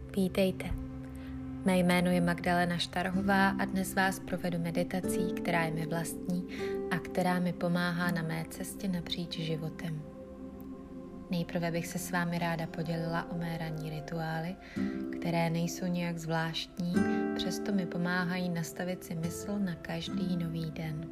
Vítejte. Mé jméno je Magdalena Štarhová a dnes vás provedu meditací, která je mi vlastní a která mi pomáhá na mé cestě napříč životem. Nejprve bych se s vámi ráda podělila o mé ranní rituály, které nejsou nějak zvláštní, přesto mi pomáhají nastavit si mysl na každý nový den.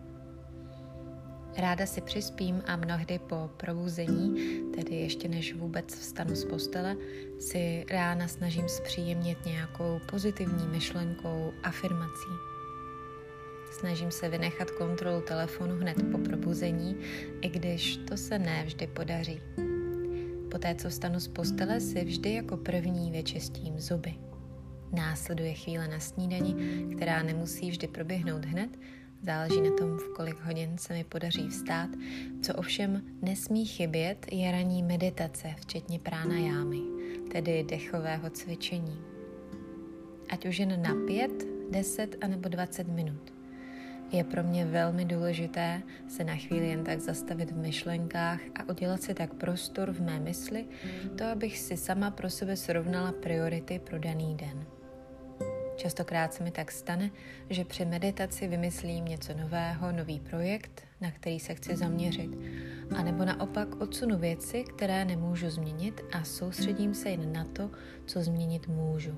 Ráda si přispím a mnohdy po probuzení, tedy ještě než vůbec vstanu z postele, si rána snažím zpříjemnit nějakou pozitivní myšlenkou, afirmací. Snažím se vynechat kontrolu telefonu hned po probuzení, i když to se ne vždy podaří. Poté, co vstanu z postele, si vždy jako první vyčistím zuby. Následuje chvíle na snídani, která nemusí vždy proběhnout hned, záleží na tom, v kolik hodin se mi podaří vstát. Co ovšem nesmí chybět, je ranní meditace, včetně pránajámy, tedy dechového cvičení. Ať už jen na 5, 10 anebo 20 minut. Je pro mě velmi důležité se na chvíli jen tak zastavit v myšlenkách a udělat si tak prostor v mé mysli, to abych si sama pro sebe srovnala priority pro daný den. Častokrát se mi tak stane, že při meditaci vymyslím něco nového, nový projekt, na který se chci zaměřit, anebo naopak odsunu věci, které nemůžu změnit a soustředím se jen na to, co změnit můžu.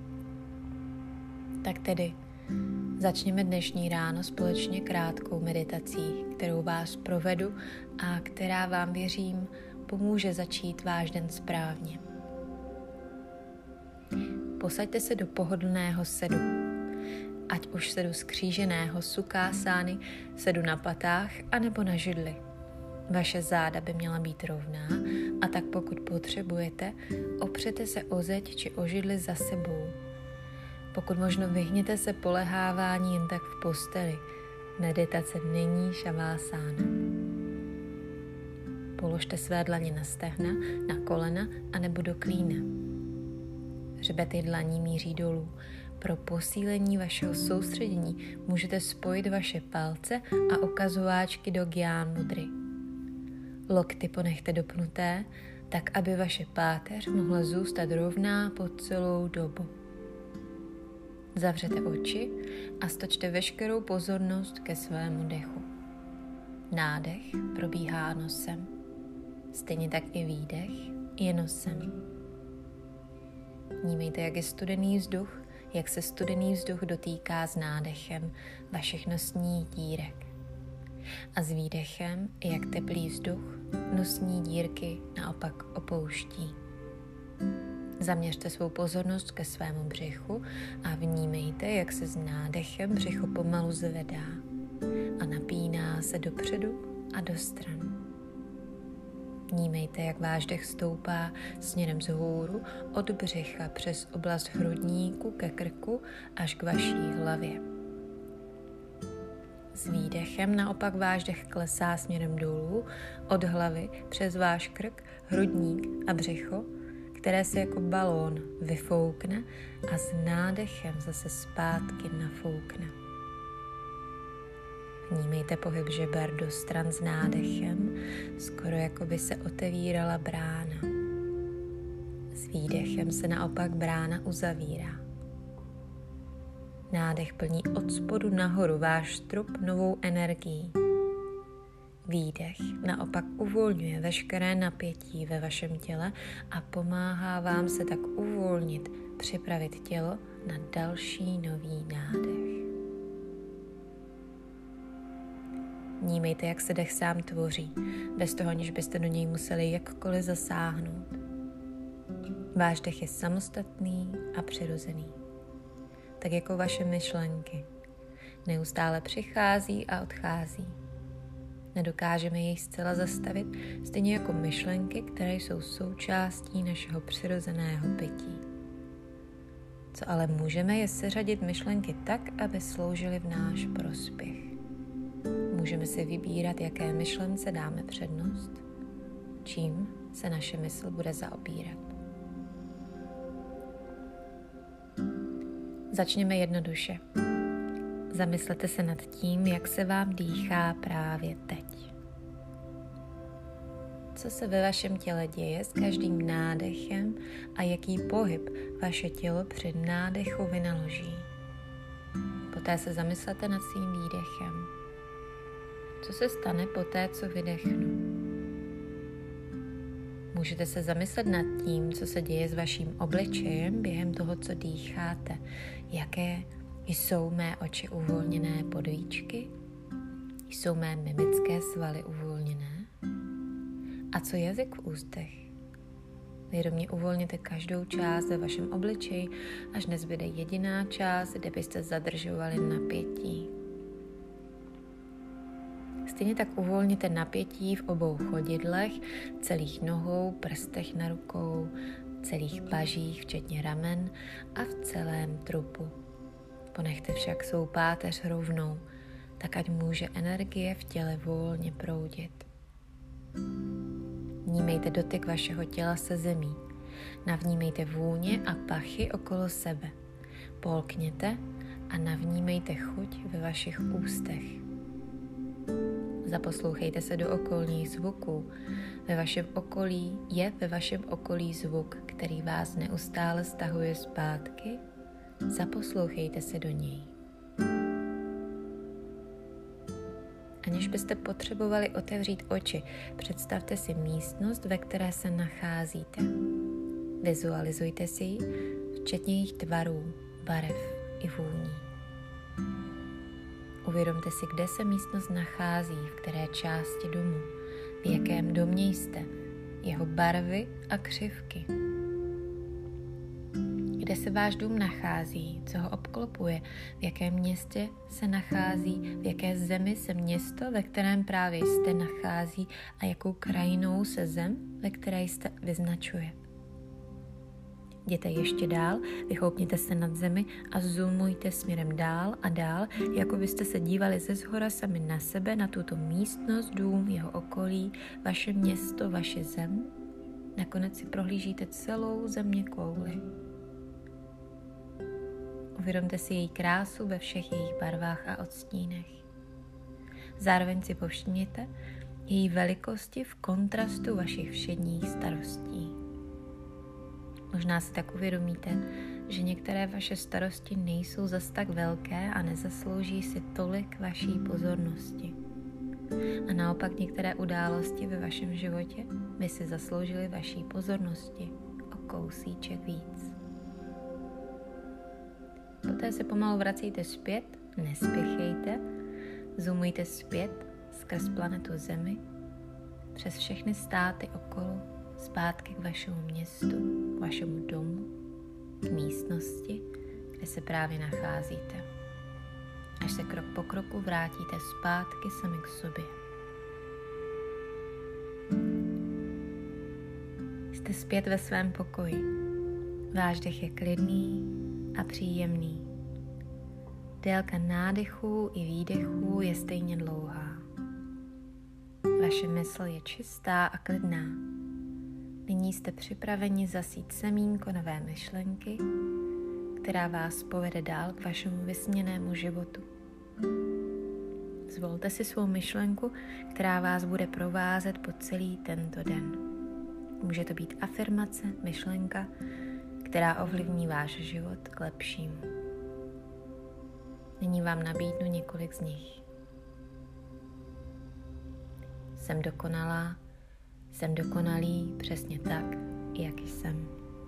Tak tedy, začněme dnešní ráno společně krátkou meditací, kterou vás provedu a která vám, věřím, pomůže začít váš den správně. Posaďte se do pohodlného sedu. Ať už sedu skříženého sukásány, sedu na patách anebo na židli. Vaše záda by měla být rovná a tak pokud potřebujete, opřete se o zeď či o židli za sebou. Pokud možno vyhněte se polehávání jen tak v posteli. Meditace není šavásána. Položte své dlaně na stehna, na kolena anebo do klína. Hřbety dlaní míří dolů. Pro posílení vašeho soustředění můžete spojit vaše palce a ukazováčky do Gyán mudry. Lokty ponechte dopnuté, tak aby vaše páteř mohla zůstat rovná po celou dobu. Zavřete oči a stočte veškerou pozornost ke svému dechu. Nádech probíhá nosem, stejně tak i výdech je nosem. Vnímejte, jak je studený vzduch, jak se studený vzduch dotýká s nádechem vašich nosních dírek. A s výdechem, jak teplý vzduch nosní dírky naopak opouští. Zaměřte svou pozornost ke svému břichu a vnímejte, jak se s nádechem břicho pomalu zvedá a napíná se dopředu a do stran. Vnímejte, jak váš dech stoupá směrem vzhůru od břicha přes oblast hrudníku ke krku až k vaší hlavě. S výdechem naopak váš dech klesá směrem dolů od hlavy přes váš krk, hrudník a břicho, které se jako balón vyfoukne a s nádechem zase zpátky nafoukne. Vnímejte pohyb žeber do stran s nádechem, skoro jako by se otevírala brána. S výdechem se naopak brána uzavírá. Nádech plní od spodu nahoru váš trup novou energií. Výdech naopak uvolňuje veškeré napětí ve vašem těle a pomáhá vám se tak uvolnit, připravit tělo na další nový nádech. Vnímejte, jak se dech sám tvoří, bez toho, aniž byste do něj museli jakkoliv zasáhnout. Váš dech je samostatný a přirozený, tak jako vaše myšlenky. Neustále přichází a odchází. Nedokážeme jej zcela zastavit, stejně jako myšlenky, které jsou součástí našeho přirozeného bytí. Co ale můžeme, je seřadit myšlenky tak, aby sloužily v náš prospěch. Můžeme si vybírat, jaké myšlence dáme přednost, čím se naše mysl bude zaobírat. Začněme jednoduše. Zamyslete se nad tím, jak se vám dýchá právě teď. co se ve vašem těle děje s každým nádechem a jaký pohyb vaše tělo při nádechu vynaloží. Poté se zamyslete nad svým výdechem. Co se stane poté, co vydechnu? Můžete se zamyslet nad tím, co se děje s vaším obličejem během toho, co dýcháte. Jaké jsou mé oči uvolněné podvíčky? Jsou mé mimické svaly uvolněné? A co jazyk v ústech? Vědomě uvolněte každou část ve vašem obličeji, až nezbyde jediná část, kde byste zadržovali napětí. Stejně tak uvolněte napětí v obou chodidlech, celých nohou, prstech na rukou, celých pažích, včetně ramen a v celém trupu. Ponechte však svou páteř rovnou, tak ať může energie v těle volně proudit. Vnímejte dotyk vašeho těla se zemí. Navnímejte vůně a pachy okolo sebe. Polkněte a navnímejte chuť ve vašich ústech. Zaposlouchejte se do okolních zvuků. Ve vašem okolí zvuk, který vás neustále stahuje zpátky. Zaposlouchejte se do něj. Aniž byste potřebovali otevřít oči, představte si místnost, ve které se nacházíte. Vizualizujte si ji, včetně jejich tvarů, barev i vůní. Uvědomte si, kde se místnost nachází, v které části domu, v jakém domě jste, jeho barvy a křivky. Kde se váš dům nachází, co ho obklopuje, v jakém městě se nachází, v jaké zemi se město, ve kterém právě jste, nachází a jakou krajinou se zem, ve které jste, vyznačuje. Jděte ještě dál, vychoupněte se nad zemi a zoomujte směrem dál a dál, jako byste se dívali ze shora sami na sebe, na tuto místnost, dům, jeho okolí, vaše město, vaše zem. Nakonec si prohlížíte celou zeměkouli. Uvědomte si její krásu ve všech jejich barvách a odstínech. Zároveň si povšimněte její velikosti v kontrastu vašich všedních starostí. Možná si tak uvědomíte, že některé vaše starosti nejsou zas tak velké a nezaslouží si tolik vaší pozornosti. A naopak některé události ve vašem životě by si zasloužily vaší pozornosti o kousíček víc. Poté se pomalu vracejte zpět, nespěchejte, zoomujte zpět skrz planetu Zemi, přes všechny státy okolo, zpátky k vašemu městu, k vašemu domu, k místnosti, kde se právě nacházíte. Až se krok po kroku vrátíte zpátky sami k sobě. Jste zpět ve svém pokoji. Váš dech je klidný a příjemný. Délka nádechů i výdechů je stejně dlouhá. Vaše mysl je čistá a klidná. Nyní jste připraveni zasít semínko nové myšlenky, která vás povede dál k vašemu vysněnému životu. Zvolte si svou myšlenku, která vás bude provázet po celý tento den. Může to být afirmace, myšlenka, která ovlivní váš život k lepšímu. Nyní vám nabídnu několik z nich. Jsem dokonalá, jsem dokonalý přesně tak, jak jsem.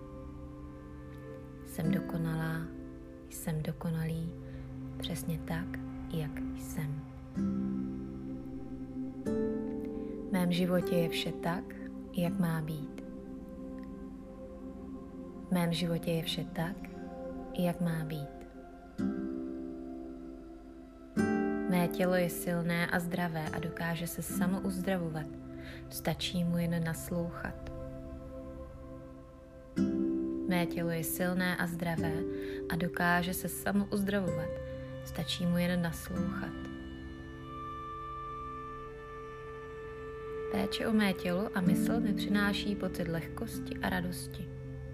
Jsem dokonalá, jsem dokonalý přesně tak, jak jsem. V mém životě je vše tak, jak má být. V mém životě je vše tak, jak má být. Mé tělo je silné a zdravé a dokáže se samo uzdravovat. Stačí mu jen naslouchat. Mé tělo je silné a zdravé a dokáže se samo uzdravovat. Stačí mu jen naslouchat. Péče o mé tělo a mysl mi přináší pocit lehkosti a radosti.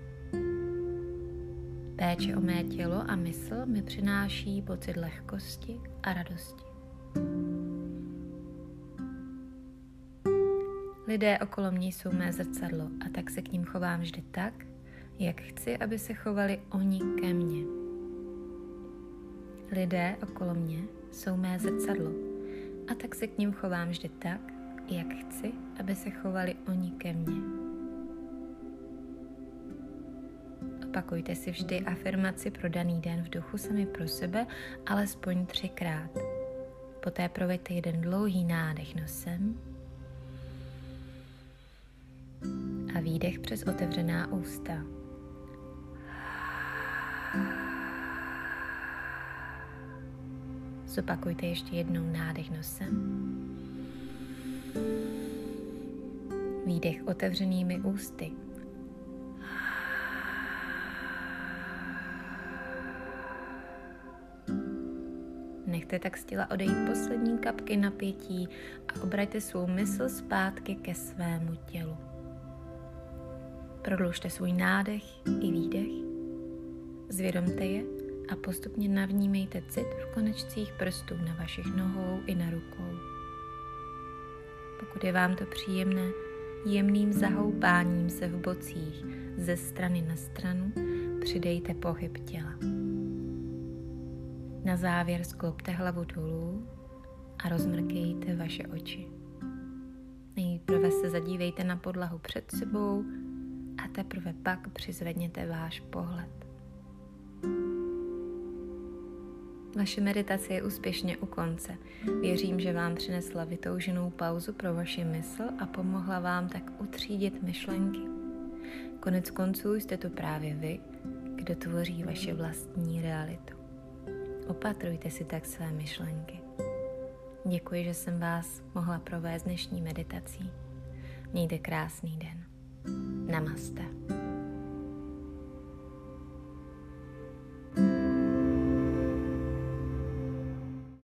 Péče o mé tělo a mysl mi přináší pocit lehkosti a radosti. Lidé okolo mě jsou mé zrcadlo a tak se k ním chovám vždy tak, jak chci, aby se chovali oni ke mně. Lidé okolo mě jsou mé zrcadlo a tak se k ním chovám vždy tak, jak chci, aby se chovali oni ke mně. Opakujte si vždy afirmaci pro daný den v duchu sami pro sebe alespoň 3krát. Poté proveďte jeden dlouhý nádech nosem a výdech přes otevřená ústa. Zopakujte ještě jednou nádech nosem. Výdech otevřenými ústy. Nechte tak z těla odejít poslední kapky napětí a obraťte svou mysl zpátky ke svému tělu. Prodlužte svůj nádech i výdech, zvědomte je a postupně navnímejte cit v konečcích prstů na vašich nohou i na rukou. Pokud je vám to příjemné, jemným zahoupáním se v bocích ze strany na stranu přidejte pohyb těla. Na závěr sklopte hlavu dolů a rozmrkejte vaše oči. Nejprve se zadívejte na podlahu před sebou a teprve pak přizvedněte váš pohled. Vaše meditace je úspěšně u konce. Věřím, že vám přinesla vytouženou pauzu pro vaši mysl a pomohla vám tak utřídit myšlenky. Konec konců jste to právě vy, kdo tvoří vaše vlastní realitu. Opatrujte si tak své myšlenky. Děkuji, že jsem vás mohla provést dnešní meditací. Mějte krásný den. Namaste.